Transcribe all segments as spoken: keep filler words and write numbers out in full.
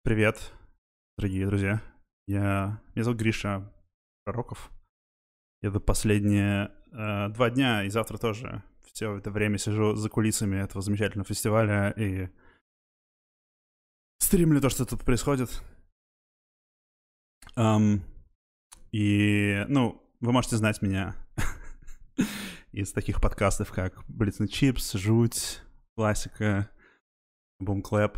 Привет, дорогие друзья. Я... Меня зовут Гриша Пророков. Я до последние э, два дня и завтра тоже все это время сижу за кулисами этого замечательного фестиваля и стримлю то, что тут происходит. Ам, и, ну, вы можете знать меня из таких подкастов, как Blitz and Chips, Жуть, Классика, Boom Clap.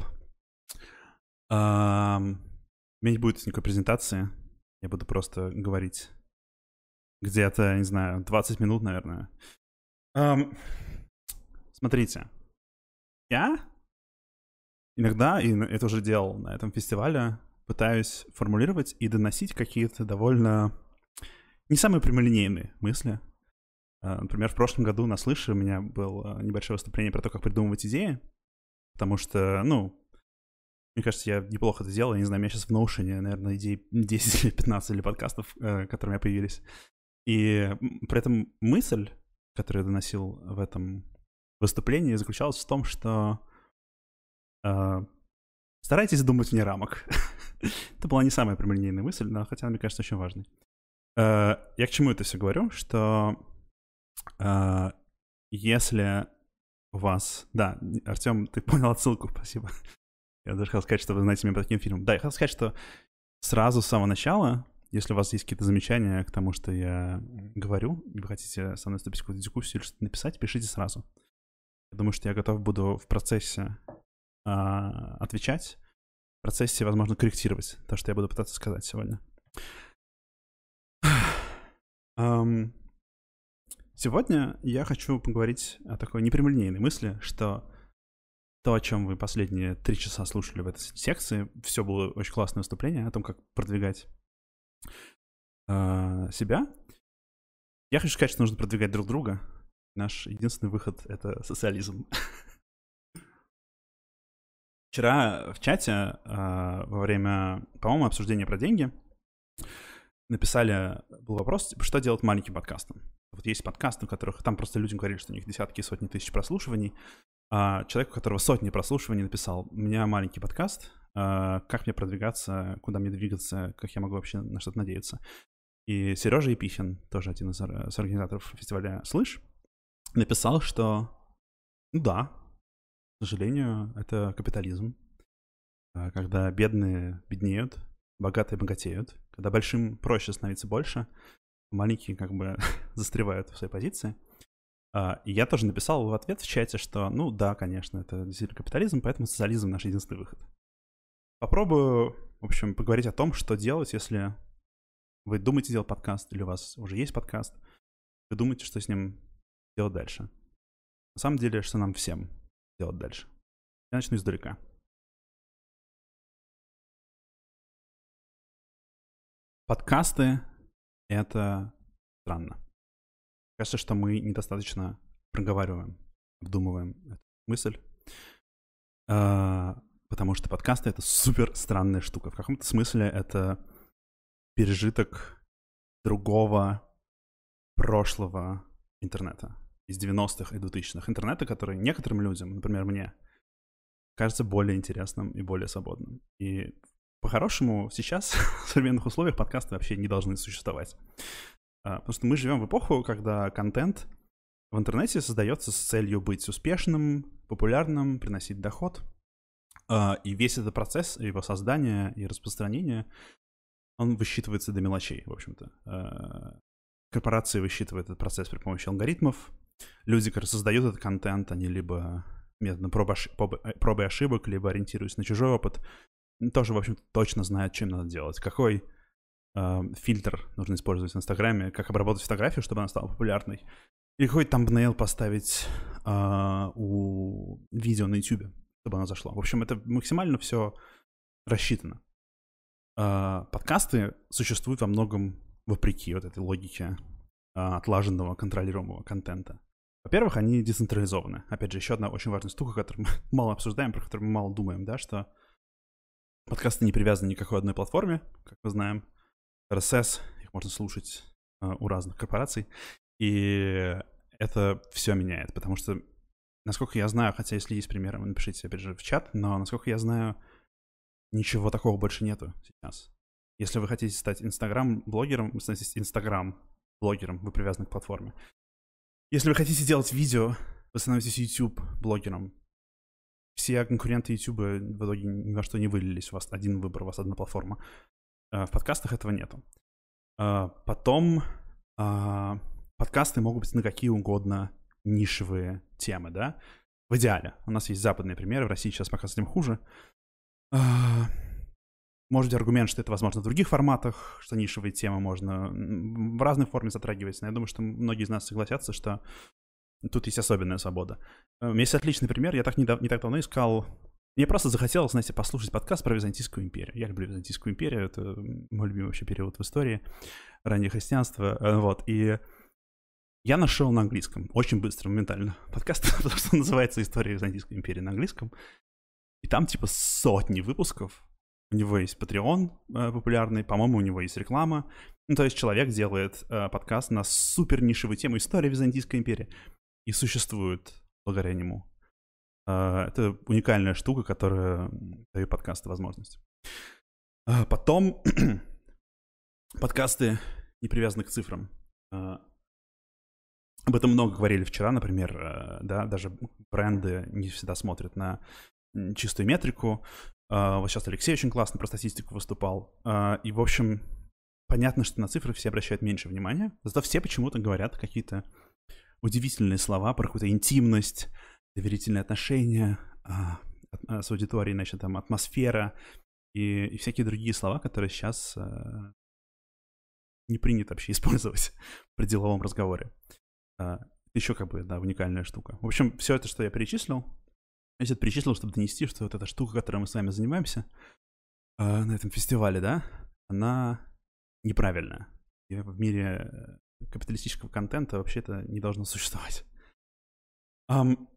Ам, у меня не будет никакой презентации. Я буду просто говорить где-то, не знаю, двадцать минут, наверное. Ам, смотрите, я иногда, и это уже делал на этом фестивале, пытаюсь формулировать и доносить какие-то довольно не самые прямолинейные мысли. А, Например, в прошлом году на «Слыше» у меня было небольшое выступление про то, как придумывать идеи, потому что, ну, мне кажется, я неплохо это делал. Я не знаю, у меня сейчас в Notion, наверное, идей десять или пятнадцать или подкастов, э, которые у меня появились. И м, при этом мысль, которую я доносил в этом выступлении, заключалась в том, что э, старайтесь думать вне рамок. Это была не самая прямолинейная мысль, но хотя, мне кажется, очень важной. Э, я к чему это все говорю? Что э, если у вас... Да, Артем, ты понял отсылку, спасибо. Я даже хотел сказать, что вы знаете меня по таким фильмам. Да, я хотел сказать, что сразу с самого начала, если у вас есть какие-то замечания к тому, что я говорю, и вы хотите со мной вступить в какую-то дискуссию или что-то написать, пишите сразу. Я думаю, что я готов буду в процессе а, отвечать, в процессе, возможно, корректировать то, что я буду пытаться сказать сегодня. Um, сегодня я хочу поговорить о такой непрямолинейной мысли, что то, о чем вы последние три часа слушали в этой секции, все было очень классное выступление о том, как продвигать э, себя. Я хочу сказать, что нужно продвигать друг друга. Наш единственный выход — это социализм. Вчера в чате э, во время, по-моему, обсуждения про деньги написали, был вопрос, типа, что делать маленьким подкастом. Вот есть подкасты, у которых там просто людям говорили, что у них десятки и сотни тысяч прослушиваний. А человек, у которого сотни прослушиваний, написал: у меня маленький подкаст, э, как мне продвигаться, куда мне двигаться, как я могу вообще на что-то надеяться. И Сережа Епихин, тоже один из организаторов фестиваля «Слышь», написал, что, ну да, к сожалению, это капитализм. Когда бедные беднеют, богатые богатеют. Когда большим проще становиться больше, маленькие как бы застревают в своей позиции. И я тоже написал в ответ в чате, что, ну да, конечно, это действительно капитализм, поэтому социализм — наш единственный выход. Попробую, в общем, поговорить о том, что делать, если вы думаете делать подкаст, или у вас уже есть подкаст, вы думаете, что с ним делать дальше. На самом деле, что нам всем делать дальше. Я начну издалека. Подкасты — это странно. Кажется, что мы недостаточно проговариваем, обдумываем эту мысль, потому что подкасты — это супер странная штука. В каком-то смысле это пережиток другого прошлого интернета, из девяностых и двухтысячных. Интернета, который некоторым людям, например, мне, кажется более интересным и более свободным. И по-хорошему сейчас в современных условиях подкасты вообще не должны существовать. Потому что мы живем в эпоху, когда контент в интернете создается с целью быть успешным, популярным, приносить доход. И весь этот процесс его создания и распространения, он высчитывается до мелочей, в общем-то. Корпорации высчитывают этот процесс при помощи алгоритмов. Люди, которые создают этот контент, они либо методом пробы, пробы и ошибок, либо ориентируясь на чужой опыт, тоже, в общем-то, точно знают, чем надо делать. Какой э, фильтр нужно использовать в Инстаграме, как обработать фотографию, чтобы она стала популярной. Или какой тамбнейл поставить э, у видео на Ютубе, чтобы оно зашло. В общем, это максимально все рассчитано. Э, подкасты существуют во многом вопреки вот этой логике а, отлаженного, контролируемого контента. Во-первых, они децентрализованы. Опять же, еще одна очень важная штука, которую мы мало обсуждаем, про которую мы мало думаем, да, что подкасты не привязаны ни к какой одной платформе, как мы знаем. эр эс эс, их можно слушать а, у разных корпораций. И это все меняет, потому что, насколько я знаю, хотя если есть примеры, вы напишите, опять же, в чат, но, насколько я знаю, ничего такого больше нету сейчас. Если вы хотите стать инстаграм-блогером, вы становитесь инстаграм-блогером, вы привязаны к платформе. Если вы хотите делать видео, вы становитесь YouTube-блогером. Все конкуренты YouTube в итоге ни во что не вылились. У вас один выбор, у вас одна платформа. В подкастах этого нету. Потом подкасты могут быть на какие угодно нишевые темы, да? В идеале. У нас есть западные примеры, в России сейчас пока с этим хуже. Может быть аргумент, что это возможно в других форматах, что нишевые темы можно в разной форме затрагивать. Но я думаю, что многие из нас согласятся, что тут есть особенная свобода. У меня есть отличный пример. Я так не, не так давно искал... Мне просто захотелось, знаете, послушать подкаст про Византийскую империю. Я люблю Византийскую империю. Это мой любимый вообще период в истории раннего христианства. Вот. И я нашел на английском. Очень быстро, моментально. Подкаст, потому что он называется «История Византийской империи» на английском. И там типа сотни выпусков. У него есть Patreon э, популярный, по-моему, у него есть реклама. Ну, то есть человек делает э, подкаст на супер нишевую тему «История Византийской империи». И существует благодаря нему. Э, это уникальная штука, которая дает подкасту возможность. Э, потом подкасты не привязаны к цифрам. Э, об этом много говорили вчера, например. Э, да, даже бренды не всегда смотрят на чистую метрику. Uh, вот сейчас Алексей очень классно про статистику выступал. Uh, и, в общем, понятно, что на цифры все обращают меньше внимания. Зато все почему-то говорят какие-то удивительные слова про какую-то интимность, доверительные отношения uh, от, с аудиторией, значит, там, атмосфера и, и всякие другие слова, которые сейчас uh, не принято вообще использовать при деловом разговоре. Uh, еще как бы, да, уникальная штука. В общем, все это, что я перечислил, я это перечислил, чтобы донести, что вот эта штука, которой мы с вами занимаемся э, на этом фестивале, да, она неправильная. И в мире капиталистического контента вообще-то не должно существовать. Um,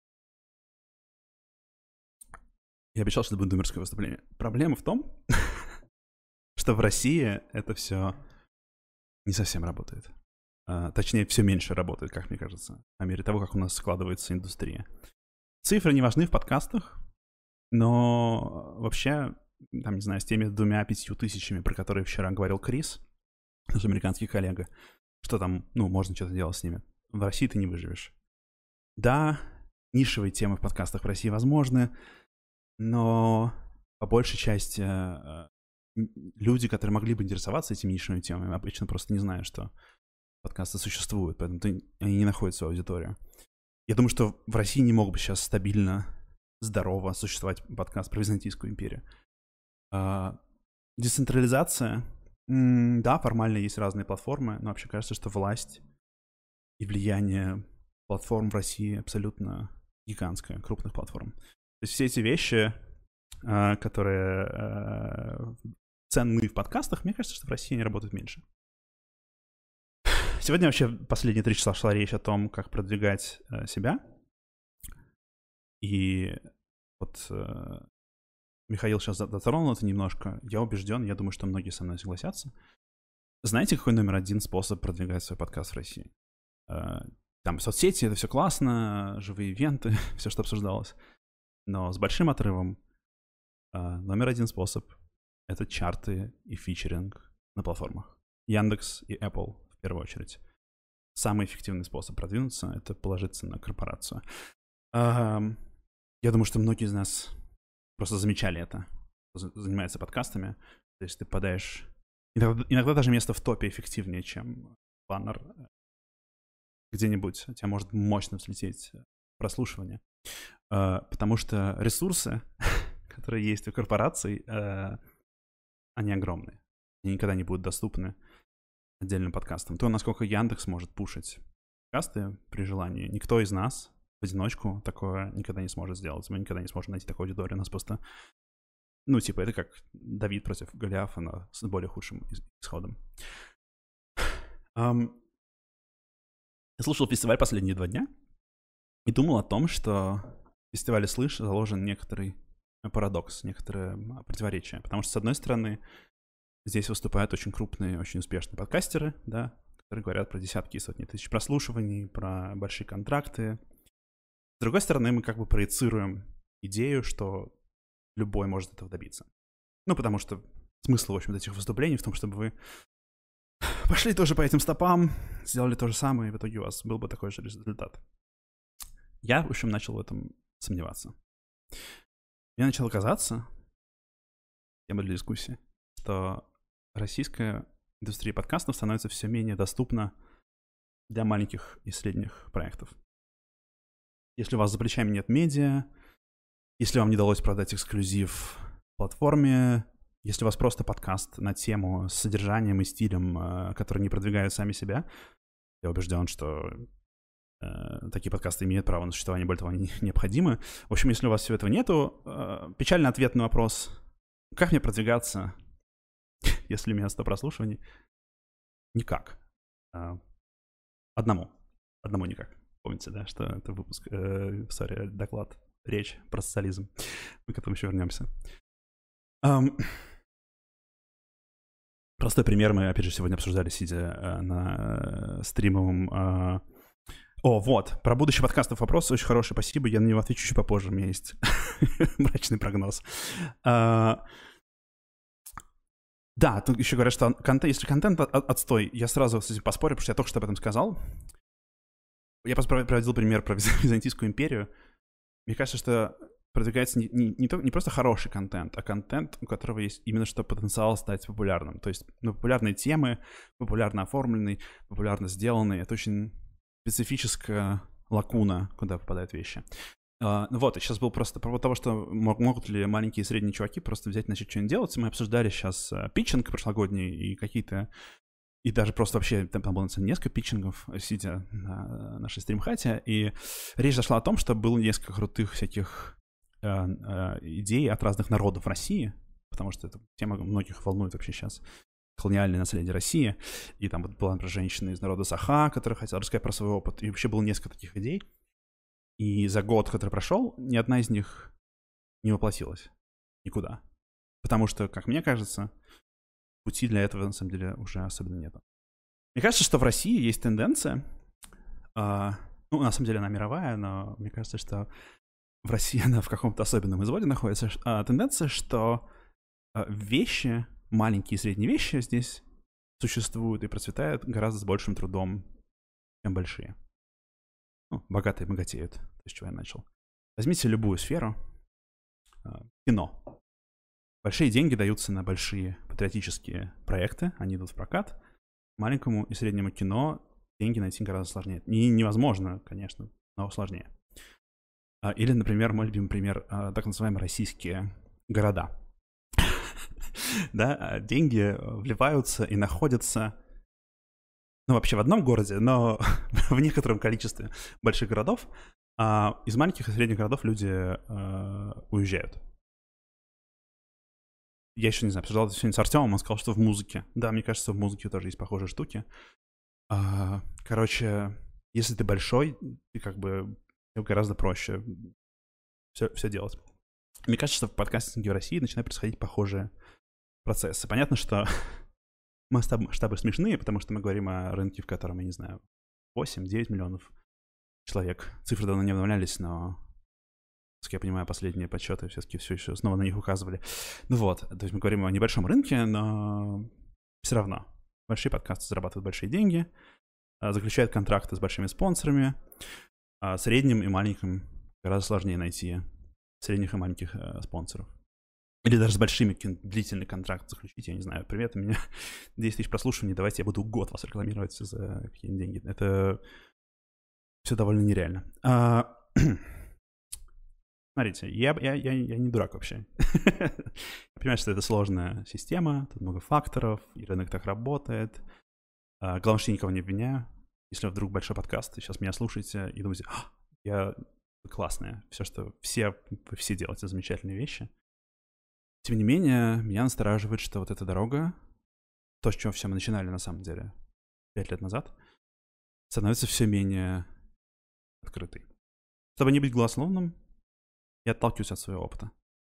я обещал, что это будет думерское выступление. Проблема в том, что в России это все не совсем работает. Uh, точнее, все меньше работает, как мне кажется, по мере того, как у нас складывается индустрия. Цифры не важны в подкастах, но вообще, там, не знаю, с теми двумя-пятью тысячами, про которые вчера говорил Крис, наш американский коллега, что там, ну, можно что-то делать с ними. В России ты не выживешь. Да, нишевые темы в подкастах в России возможны, но по большей части люди, которые могли бы интересоваться этими нишевыми темами, обычно просто не знают, что подкасты существуют, поэтому они не находят свою аудиторию. Я думаю, что в России не мог бы сейчас стабильно, здорово существовать подкаст про Византийскую империю. А, децентрализация. М- да, формально есть разные платформы, но вообще кажется, что власть и влияние платформ в России абсолютно гигантское, крупных платформ. То есть все эти вещи, а, которые а, ценны в подкастах, мне кажется, что в России они работают меньше. Сегодня вообще последние три часа шла речь о том, как продвигать э, себя. И вот э, Михаил сейчас затронул это немножко. Я убежден, я думаю, что многие со мной согласятся. Знаете, какой номер один способ продвигать свой подкаст в России? Э, там соцсети, это все классно, живые ивенты, все, что обсуждалось. Но с большим отрывом э, номер один способ — это чарты и фичеринг на платформах. Яндекс и Apple. В первую очередь. Самый эффективный способ продвинуться — это положиться на корпорацию. Я думаю, что многие из нас просто замечали это, кто занимается подкастами. То есть ты попадаешь... Иногда, иногда даже место в топе эффективнее, чем баннер где-нибудь. У тебя может мощно взлететь прослушивание. Потому что ресурсы, которые есть у корпораций, они огромные. Они никогда не будут доступны отдельным подкастом. То, насколько Яндекс может пушить подкасты при желании, никто из нас в одиночку такое никогда не сможет сделать. Мы никогда не сможем найти такую аудиторию. У нас просто, ну, типа, это как Давид против Голиафа, но с более худшим исходом. Um, я слушал фестиваль последние два дня и думал о том, что в фестивале «Слышь» заложен некоторый парадокс, некоторое противоречие. Потому что, с одной стороны, здесь выступают очень крупные, очень успешные подкастеры, да, которые говорят про десятки и сотни тысяч прослушиваний, про большие контракты. С другой стороны, мы как бы проецируем идею, что любой может этого добиться. Ну, потому что смысл, в общем, этих выступлений в том, чтобы вы пошли тоже по этим стопам, сделали то же самое, и в итоге у вас был бы такой же результат. Я, в общем, начал в этом сомневаться. Мне начало казаться, тема для дискуссии, что российская индустрия подкастов становится все менее доступна для маленьких и средних проектов. Если у вас за плечами нет медиа, если вам не удалось продать эксклюзив платформе, если у вас просто подкаст на тему с содержанием и стилем, который не продвигают сами себя, я убежден, что э, такие подкасты имеют право на существование, более того, они необходимы. В общем, если у вас всего этого нету, э, печальный ответ на вопрос, как мне продвигаться, если у меня сто прослушиваний? Никак. Э, одному. Одному никак. Помните, да, что это выпуск, э, sorry, доклад, речь про социализм. Мы к этому еще вернемся. Um, простой пример мы, опять же, сегодня обсуждали, сидя э, на э, стримовом... Э... О, вот, про будущее подкастов вопрос очень хороший, спасибо, я на него отвечу чуть попозже, у меня есть мрачный прогноз. Uh... Да, тут еще говорят, что контент, если контент отстой, я сразу с этим поспорю, потому что я только что об этом сказал. Я проводил пример про Византийскую империю. Мне кажется, что продвигается не, не, не, то, не просто хороший контент, а контент, у которого есть именно что потенциал стать популярным. То есть ну, популярные темы, популярно оформленные, популярно сделанные. Это очень специфическая лакуна, куда попадают вещи. Uh, вот, и сейчас был просто про того, что могут ли маленькие и средние чуваки просто взять и начать что-нибудь делать. Мы обсуждали сейчас uh, питчинг прошлогодний и какие-то... И даже просто вообще там, там было несколько питчингов, сидя на нашей стримхате. И речь зашла о том, что было несколько крутых всяких uh, uh, идей от разных народов России, потому что эта тема многих волнует вообще сейчас. Колониальное наследие России. И там вот была, например, женщина из народа Саха, которая хотела рассказать про свой опыт. И вообще было несколько таких идей. И за год, который прошел, ни одна из них не воплотилась никуда. Потому что, как мне кажется, пути для этого, на самом деле, уже особенно нет. Мне кажется, что в России есть тенденция, э, ну, на самом деле она мировая, но мне кажется, что в России она в каком-то особенном изводе находится, э, тенденция, что э, вещи, маленькие и средние вещи здесь существуют и процветают гораздо с большим трудом, чем большие. Ну, богатые богатеют, то есть, чего я начал. Возьмите любую сферу. Кино. Большие деньги даются на большие патриотические проекты, они идут в прокат. Маленькому и среднему кино деньги найти гораздо сложнее. Не, невозможно, конечно, но сложнее. Или, например, мой любимый пример, так называемые российские города. Да, деньги вливаются и находятся... Ну, вообще в одном городе, но в некотором количестве больших городов. А из маленьких и средних городов люди э, уезжают. Я еще не знаю, обсуждал это сегодня с Артемом, он сказал, что в музыке. Да, мне кажется, в музыке тоже есть похожие штуки. А, короче, если ты большой, ты как бы гораздо проще все, все делать. Мне кажется, что в подкастинге в России начинают происходить похожие процессы. Понятно, что... Масштабы, масштабы смешные, потому что мы говорим о рынке, в котором, я не знаю, восемь-девять миллионов человек. Цифры давно не обновлялись, но, как я понимаю, последние подсчеты все-таки все еще снова на них указывали. Ну вот, то есть мы говорим о небольшом рынке, но все равно. Большие подкасты зарабатывают большие деньги, заключают контракты с большими спонсорами, а средним и маленьким гораздо сложнее найти средних и маленьких спонсоров. Или даже с большими длительный контракт заключить, я не знаю. Привет, у меня десять тысяч прослушиваний, давайте я буду год вас рекламировать за какие-нибудь деньги. Это все довольно нереально. А, смотрите, я, я, я, я не дурак вообще. Я понимаю, что это сложная система, тут много факторов, и рынок так работает. А, главное, что я никого не обвиняю. Если вдруг большой подкаст, и сейчас меня слушаете и думаете, а, я классная, все, что все, вы все делаете замечательные вещи. Тем не менее, меня настораживает, что вот эта дорога, то, с чего все мы начинали на самом деле пять лет назад, становится все менее открытой. Чтобы не быть голословным, я отталкиваюсь от своего опыта.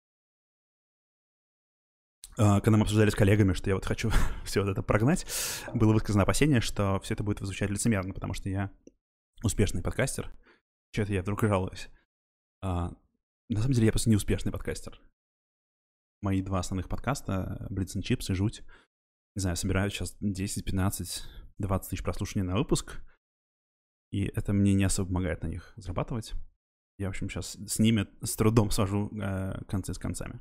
Когда мы обсуждали с коллегами, что я вот хочу все вот это прогнать, было высказано опасение, что все это будет звучать лицемерно, потому что я успешный подкастер. Что-то я вдруг жалуюсь. На самом деле я просто не успешный подкастер. мои два основных подкаста, Blitz and Chips и Жуть, не знаю, собирают сейчас десять, пятнадцать, двадцать тысяч прослушиваний на выпуск, и это мне не особо помогает на них зарабатывать. Я, в общем, сейчас с ними с трудом свожу э, концы с концами.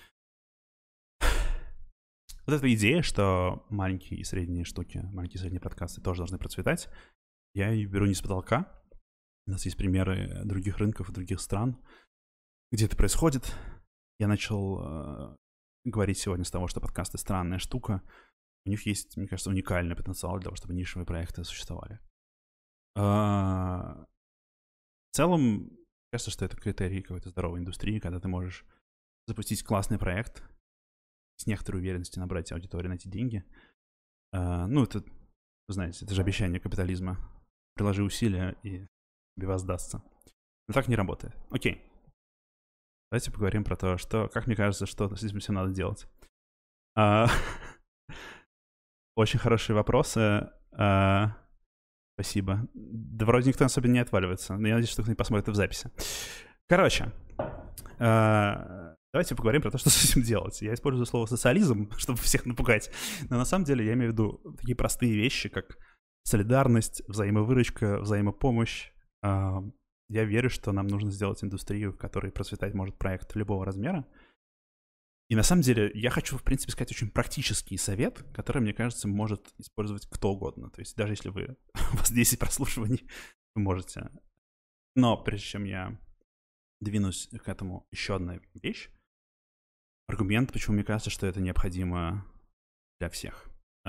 Вот эта идея, что маленькие и средние штуки, маленькие и средние подкасты тоже должны процветать, я ее беру не с потолка. У нас есть примеры других рынков и других стран, где это происходит. Я начал э, говорить сегодня с того, что подкасты — странная штука. У них есть, мне кажется, уникальный потенциал для того, чтобы нишевые проекты существовали. Э, в целом, кажется, что это критерий какой-то здоровой индустрии, когда ты можешь запустить классный проект, с некоторой уверенностью набрать аудиторию, найти деньги. Uh, ну, это, вы знаете, это же обещание капитализма. Приложи усилия, и тебе воздастся. Но так не работает. Окей. Давайте поговорим про то, что, как мне кажется, что с этим всем надо делать. Uh, очень хорошие вопросы. Uh, спасибо. Да вроде никто особенно не отваливается, но я надеюсь, что кто-нибудь посмотрит это в записи. Короче. Uh, Давайте поговорим про то, что с этим делать. Я использую слово «социализм», чтобы всех напугать. Но на самом деле я имею в виду такие простые вещи, как солидарность, взаимовыручка, взаимопомощь. Я верю, что нам нужно сделать индустрию, в которой процветать может проект любого размера. И на самом деле я хочу, в принципе, сказать очень практический совет, который, мне кажется, может использовать кто угодно. То есть даже если вы, у вас десять прослушиваний, вы можете. Но прежде чем я двинусь к этому, еще одна вещь. Аргумент, почему мне кажется, что это необходимо для всех.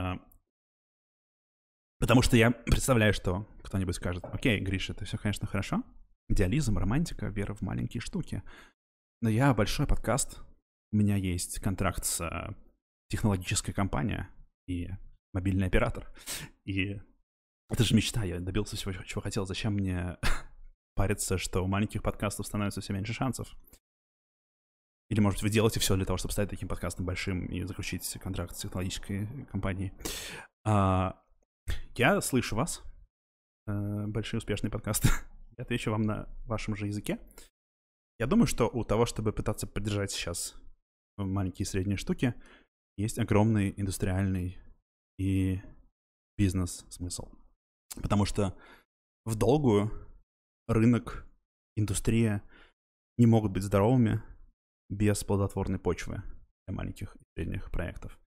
Потому что я представляю, что кто-нибудь скажет: окей, Гриша, это все, конечно, хорошо. Идеализм, романтика, вера в маленькие штуки. Но я большой подкаст. У меня есть контракт с технологической компанией и мобильный оператор. И это же мечта. Я добился всего, чего хотел. Зачем мне париться, что у маленьких подкастов становится все меньше шансов? Или, может, вы делаете все для того, чтобы стать таким подкастом большим и заключить контракт с технологической компанией. А, я слышу вас. А, большие успешные подкасты. Я отвечу вам на вашем же языке. Я думаю, что у того, чтобы пытаться поддержать сейчас маленькие и средние штуки, есть огромный индустриальный и бизнес-смысл. Потому что в долгую рынок, индустрия не могут быть здоровыми без плодотворной почвы для маленьких и средних проектов.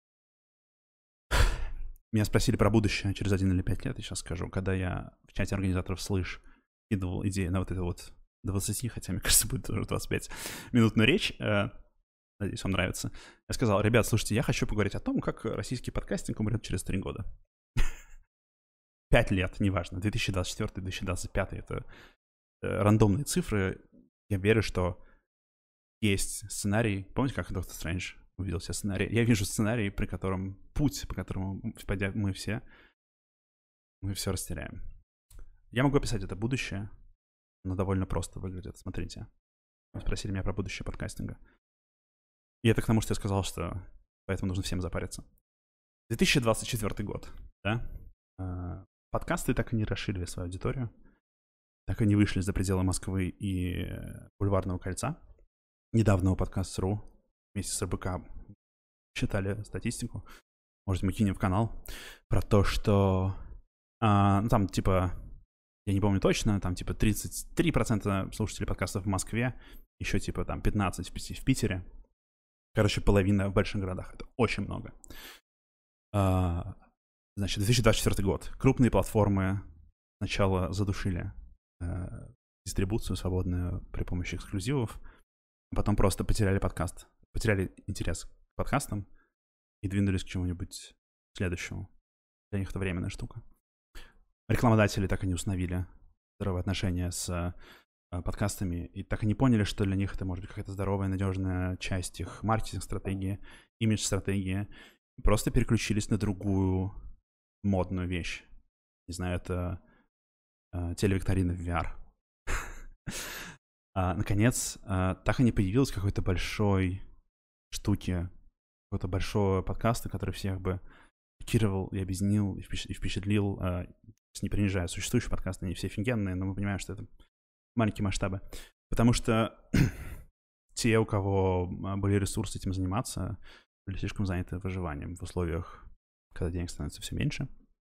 Меня спросили про будущее через один или пять лет, я сейчас скажу. Когда я в чате организаторов слыш кидывал идеи на вот это вот двадцать, хотя, мне кажется, будет уже двадцать пять минутную речь, надеюсь, вам нравится, я сказал: ребят, слушайте, я хочу поговорить о том, как российский подкастинг умрет через три года. Пять лет, неважно, две тысячи двадцать четвёртый — две тысячи двадцать пятый, это рандомные цифры. Я верю, что есть сценарий. Помните, как Доктор Стрэндж увидел все сценарии? Я вижу сценарий, при котором путь, по которому мы все, мы все растеряем. Я могу описать это будущее, но довольно просто выглядит. Смотрите. Вы спросили меня про будущее подкастинга. И это к тому, что я сказал, что поэтому нужно всем запариться. две тысячи двадцать четвёртый год, да? Подкасты так и не расширили свою аудиторию, так и не вышли за пределы Москвы и Бульварного кольца. Недавно у подкаст точка ру вместе с РБК считали статистику. Может, мы кинем в канал про то, что а, ну, там типа, я не помню точно, там типа тридцать три процента слушателей подкастов в Москве, еще типа там пятнадцать процентов в Питере. Короче, половина в больших городах. Это очень много. А, значит, две тысячи двадцать четвёртый год. Крупные платформы сначала задушили а, дистрибуцию свободную при помощи эксклюзивов, потом просто потеряли подкаст, потеряли интерес к подкастам и двинулись к чему-нибудь следующему. Для них это временная штука. Рекламодатели так и не установили здоровые отношения с э, подкастами и так и не поняли, что для них это может быть какая-то здоровая, надежная часть их маркетинг-стратегии, имидж-стратегии. Просто переключились на другую модную вещь. Не знаю, это э, телевикторина в ви ар. А, наконец, а, так и не появилось какой-то большой штуки, какого-то большого подкаста, который всех бы шокировал и объединил, и впечатлил, а, не принижая существующие подкасты, они все офигенные, но мы понимаем, что это маленькие масштабы. Потому что те, у кого были ресурсы этим заниматься, были слишком заняты выживанием в условиях, когда денег становится все меньше.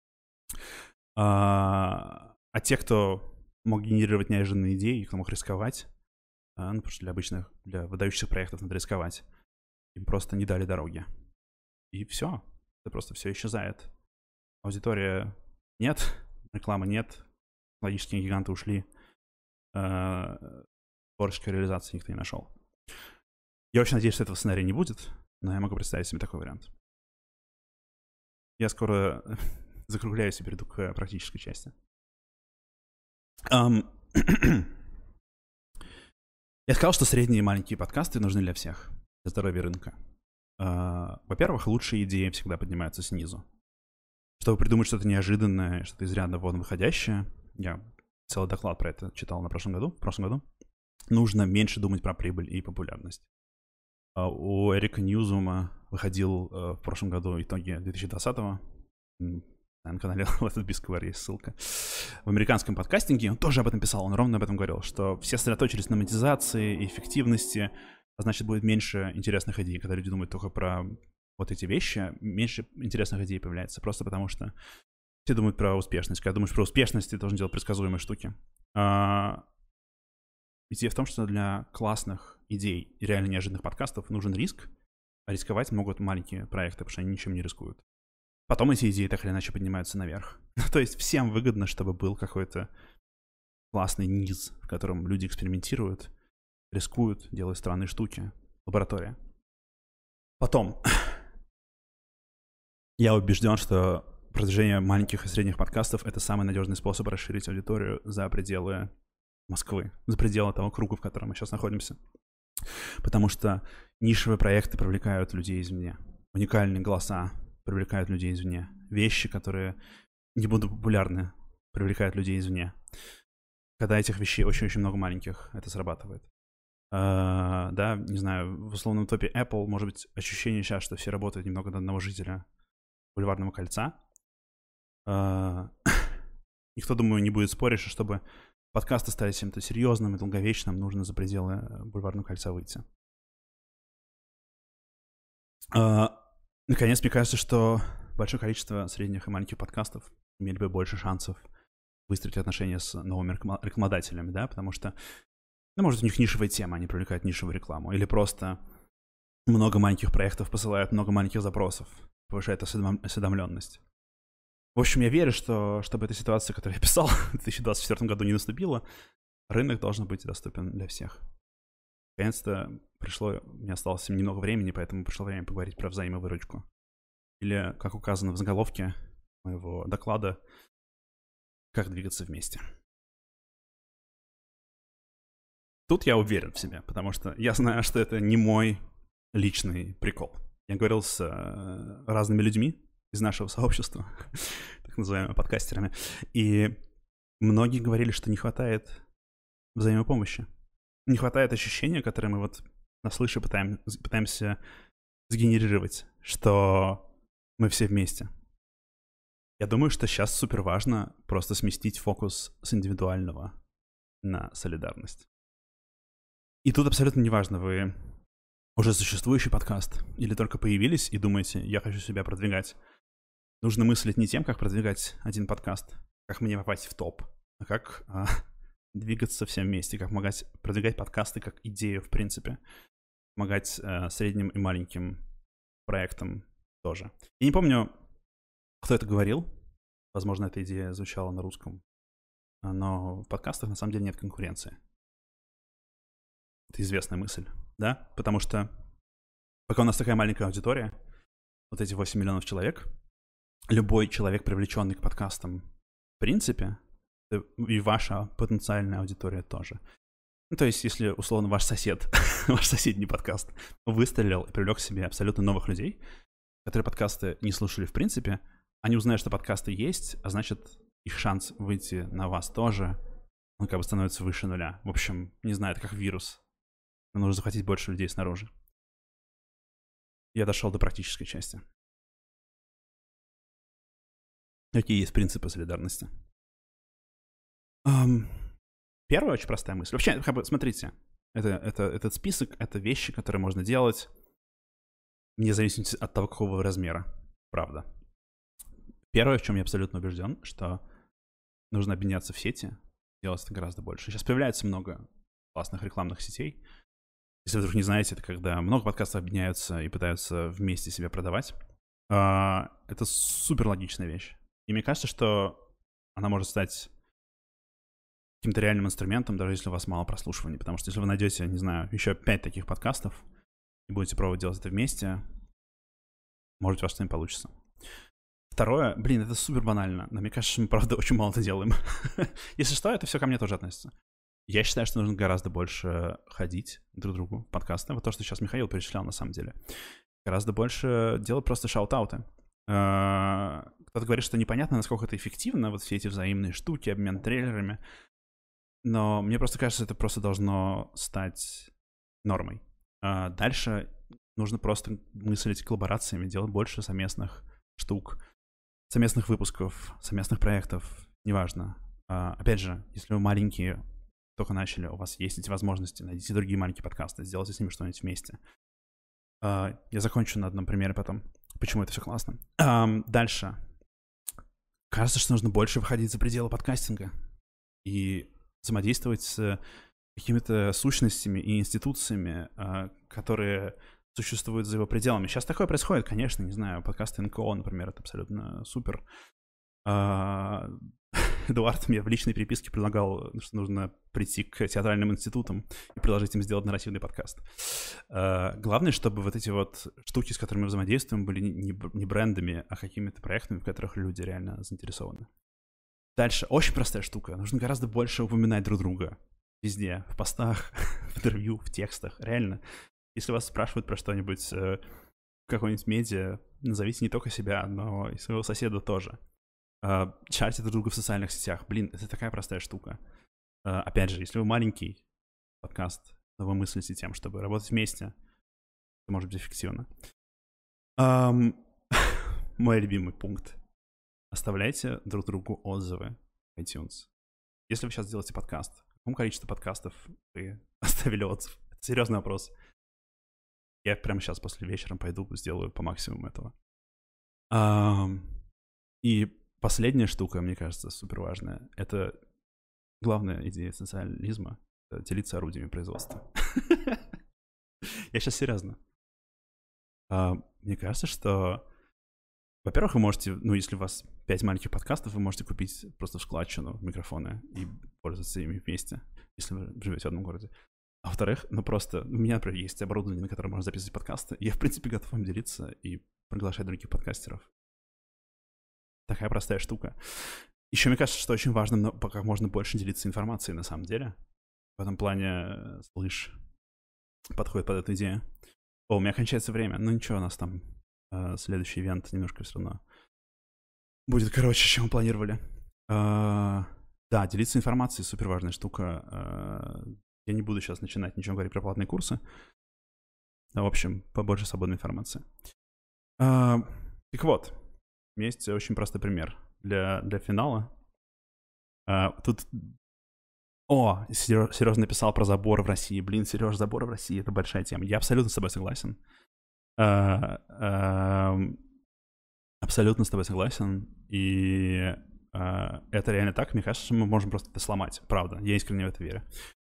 А, а те, кто мог генерировать неожиданные идеи, кто мог рисковать, а, ну, потому что для обычных, для выдающихся проектов надо рисковать, им просто не дали дороги. И все. Это просто все исчезает. Аудитория нет, рекламы нет, технологические гиганты ушли, а, творческой реализации никто не нашел. Я очень надеюсь, что этого сценария не будет, но я могу представить себе такой вариант. Я скоро закругляюсь и перейду к практической части. Um, я сказал, что средние и маленькие подкасты нужны для всех, для здоровья рынка. Uh, во-первых, лучшие идеи всегда поднимаются снизу. Чтобы придумать что-то неожиданное, что-то изрядно вон выходящее, я целый доклад про это читал на прошлом году, в прошлом году, нужно меньше думать про прибыль и популярность. Uh, у Эрика Ньюзума выходил uh, в прошлом году итоги две тысячи двадцатого. На канале Let It Be Square есть ссылка. В американском подкастинге он тоже об этом писал, он ровно об этом говорил, что все сосредоточились на монетизации и эффективности, а значит, будет меньше интересных идей. Когда люди думают только про вот эти вещи, меньше интересных идей появляется, просто потому что все думают про успешность. Когда думаешь про успешность, ты должен делать предсказуемые штуки. А... Идея в том, что для классных идей и реально неожиданных подкастов нужен риск, а рисковать могут маленькие проекты, потому что они ничем не рискуют. Потом эти идеи так или иначе поднимаются наверх. То есть всем выгодно, чтобы был какой-то классный низ, в котором люди экспериментируют, рискуют, делают странные штуки. Лаборатория. Потом. Я убежден, что продвижение маленьких и средних подкастов — это самый надежный способ расширить аудиторию за пределы Москвы, за пределы того круга, в котором мы сейчас находимся. Потому что нишевые проекты привлекают людей извне. Уникальные голоса привлекают людей извне. Вещи, которые не будут популярны, привлекают людей извне. Когда этих вещей очень-очень много маленьких, это срабатывает. Uh, да, не знаю, в условном топе Apple может быть ощущение сейчас, что все работают немного на одного жителя Бульварного кольца. Uh, никто, думаю, не будет спорить, что чтобы подкасты стали чем-то серьезным и долговечным, нужно за пределы Бульварного кольца выйти. Uh, Наконец, мне кажется, что большое количество средних и маленьких подкастов имели бы больше шансов выстроить отношения с новыми рекламодателями, да, потому что, ну, может, у них нишевая тема, они привлекают нишевую рекламу, или просто много маленьких проектов посылают много маленьких запросов, повышает осведомленность. В общем, я верю, что чтобы эта ситуация, которую я писал в две тысячи двадцать четвёртом году, не наступила, рынок должен быть доступен для всех. Наконец-то пришло, мне осталось немного времени, поэтому пришло время поговорить про взаимовыручку. Или, как указано в заголовке моего доклада, как двигаться вместе. Тут я уверен в себе, потому что я знаю, что это не мой личный прикол. Я говорил с э, разными людьми из нашего сообщества, так называемыми подкастерами, и многие говорили, что не хватает взаимопомощи. Не хватает ощущения, которое мы вот на слыше пытаем, пытаемся сгенерировать, что мы все вместе. Я думаю, что сейчас супер важно просто сместить фокус с индивидуального на солидарность. И тут абсолютно неважно, вы уже существующий подкаст или только появились и думаете, я хочу себя продвигать. Нужно мыслить не тем, как продвигать один подкаст, как мне попасть в топ, а как а, двигаться всем вместе, как помогать продвигать подкасты как идею в принципе, помогать а, средним и маленьким проектам тоже. Я не помню, кто это говорил. Возможно, эта идея звучала на русском. Но в подкастах на самом деле нет конкуренции. Это известная мысль, да? Потому что пока у нас такая маленькая аудитория, вот эти восемь миллионов человек, любой человек, привлеченный к подкастам, в принципе, и ваша потенциальная аудитория тоже. Ну, то есть, если, условно, ваш сосед, ваш соседний подкаст выстрелил и привлек к себе абсолютно новых людей, которые подкасты не слушали в принципе, они узнают, что подкасты есть, а значит, их шанс выйти на вас тоже, он как бы становится выше нуля. В общем, не знаю, это как вирус. Нам нужно захватить больше людей снаружи. Я дошел до практической части. Какие есть принципы солидарности? Um, первая очень простая мысль. Вообще, как бы, смотрите, Это, это, этот список — это вещи, которые можно делать вне зависимости от того, какого размера. Правда. Первое, в чем я абсолютно убежден, что нужно объединяться в сети, делать это гораздо больше. Сейчас появляется много классных рекламных сетей. Если вы вдруг не знаете, это когда много подкастов объединяются и пытаются вместе себя продавать. Это супер логичная вещь. И мне кажется, что она может стать каким-то реальным инструментом, даже если у вас мало прослушиваний. Потому что если вы найдете, не знаю, еще пять таких подкастов и будете пробовать делать это вместе, может, у вас что-нибудь получится. Второе, блин, это супер банально, но мне кажется, что мы, правда, очень мало это делаем. Если что, это все ко мне тоже относится. Я считаю, что нужно гораздо больше ходить друг к другу в подкасты. Вот то, что сейчас Михаил перечислял, на самом деле. Гораздо больше делать просто шаут-ауты. Кто-то говорит, что непонятно, насколько это эффективно, вот все эти взаимные штуки, обмен трейлерами. Но мне просто кажется, это просто должно стать нормой. Дальше нужно просто мыслить коллаборациями, делать больше совместных штук, совместных выпусков, совместных проектов, неважно. Опять же, если вы маленькие, только начали, у вас есть эти возможности, найдите другие маленькие подкасты, сделайте с ними что-нибудь вместе. Я закончу на одном примере потом, почему это все классно. Дальше. Кажется, что нужно больше выходить за пределы подкастинга и взаимодействовать с какими-то сущностями и институциями, которые существуют за его пределами. Сейчас такое происходит, конечно, не знаю, подкасты эн ка о, например, это абсолютно супер. Эдуард мне в личной переписке предлагал, что нужно прийти к театральным институтам и предложить им сделать нарративный подкаст. Главное, чтобы вот эти вот штуки, с которыми мы взаимодействуем, были не брендами, а какими-то проектами, в которых люди реально заинтересованы. Дальше. Очень простая штука. Нужно гораздо больше упоминать друг друга. Везде. В постах, в интервью, в текстах. Реально. Если вас спрашивают про что-нибудь в какой-нибудь медиа, назовите не только себя, но и своего соседа тоже. Чатите друг друга в социальных сетях. Блин, это такая простая штука. Опять же, если вы маленький подкаст, но вы мыслите тем, чтобы работать вместе, это может быть эффективно. Um, мой любимый пункт. Оставляйте друг другу отзывы в iTunes. Если вы сейчас делаете подкаст, какому количеству подкастов вы оставили отзыв? Это серьезный вопрос. Я прямо сейчас после вечера пойду сделаю по максимуму этого. Um, и последняя штука, мне кажется, супер важная. Это главная идея социализма. Это делиться орудиями производства. Я сейчас серьезно. Мне кажется, что, во-первых, вы можете, ну, если у вас пять маленьких подкастов, вы можете купить просто в складчину микрофоны и пользоваться ими вместе, если вы живете в одном городе. А во-вторых, ну просто, у меня, например, есть оборудование, на котором можно записывать подкасты, и я, в принципе, готов им делиться и приглашать других подкастеров. Такая простая штука. Еще мне кажется, что очень важно как можно больше делиться информацией на самом деле. В этом плане слыш подходит под эту идею. О, у меня кончается время. Ну ничего, у нас там э, следующий ивент немножко все равно будет короче, чем мы планировали. Э, да, делиться информацией — супер важная штука. Э, я не буду сейчас начинать ничего говорить про платные курсы. А, в общем, побольше свободной информации. Э, так вот. Есть очень простой пример для, для финала. А, тут... О, Сережа написал про заборы в России. Блин, Сереж, заборы в России — это большая тема. Я абсолютно с тобой согласен. А, а, абсолютно с тобой согласен. И а, это реально так. Мне кажется, что мы можем просто это сломать. Правда, я искренне в это верю.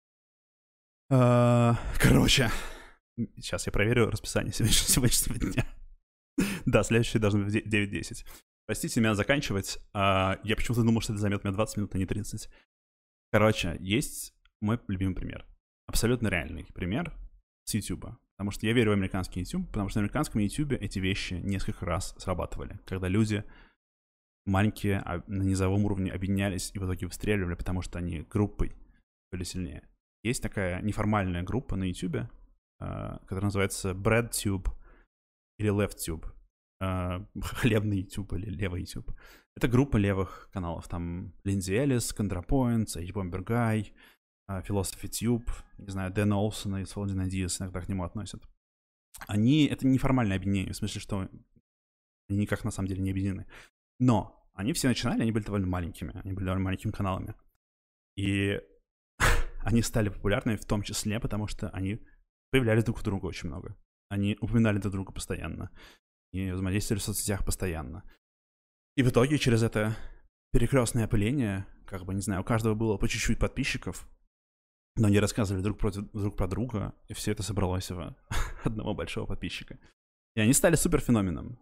А, короче, сейчас я проверю расписание сегодняшнего дня. Да, следующий должен быть в девять десять. Простите меня заканчивать. А, я почему-то думал, что это займет мне двадцать минут, а не тридцать. Короче, есть мой любимый пример. Абсолютно реальный пример с YouTube. Потому что я верю в американский YouTube, потому что на американском YouTube эти вещи несколько раз срабатывали. Когда люди маленькие на низовом уровне объединялись и в итоге выстреливали, потому что они группой были сильнее. Есть такая неформальная группа на YouTube, которая называется BreadTube или LeftTube. Хлебный YouTube или левый YouTube. Это группа левых каналов. Там Линдзи Эллис, ContraPoints, H-Bomber Guy, Philosophy Tube, не знаю, Дэна Олсона и Folding Ideas иногда к нему относят. Они, это неформальное объединение, в смысле, что они никак на самом деле не объединены. Но они все начинали, они были довольно маленькими, они были довольно маленькими каналами. И они стали популярными в том числе, потому что они появлялись друг в друга очень много. Они упоминали друг друга постоянно. И взаимодействовали в соцсетях постоянно. И в итоге через это перекрестное опыление, как бы, не знаю, у каждого было по чуть-чуть подписчиков, но они рассказывали друг про, друг про друга, и все это собралось в одного большого подписчика. И они стали суперфеноменом.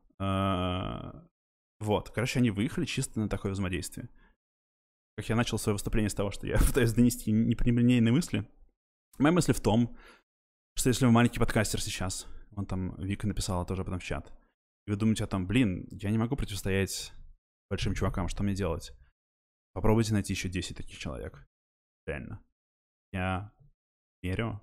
Вот, короче, они выехали чисто на такое взаимодействие. Как я начал свое выступление с того, что я пытаюсь донести непрямолинейные мысли. Моя мысль в том, что если вы маленький подкастер сейчас, он там, Вика написала тоже потом в чат, и вы думаете о том, блин, я не могу противостоять большим чувакам, что мне делать? Попробуйте найти еще десять таких человек. Реально. Я верю,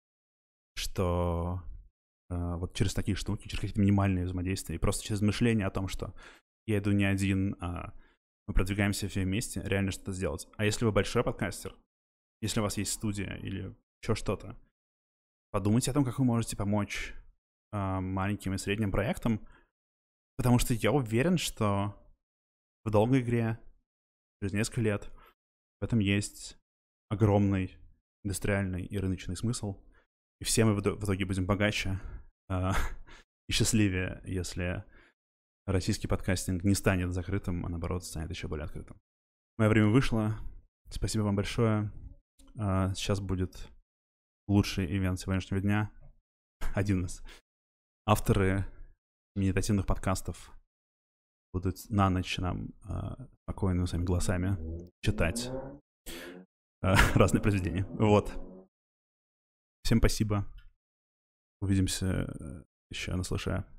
что э, вот через такие штуки, через какие-то минимальные взаимодействия, и просто через мышление о том, что я иду не один, а мы продвигаемся все вместе, реально что-то сделать. А если вы большой подкастер, если у вас есть студия или еще что-то, подумайте о том, как вы можете помочь э, маленьким и средним проектам, потому что я уверен, что в долгой игре, через несколько лет, в этом есть огромный индустриальный и рыночный смысл. И все мы в итоге будем богаче э, и счастливее, если российский подкастинг не станет закрытым, а наоборот станет еще более открытым. Мое время вышло. Спасибо вам большое. Э, сейчас будет лучший ивент сегодняшнего дня. Один из. Авторы медитативных подкастов будут на ночь нам э, спокойными своими голосами читать э, разные произведения. Вот. Всем спасибо. Увидимся еще на слыше.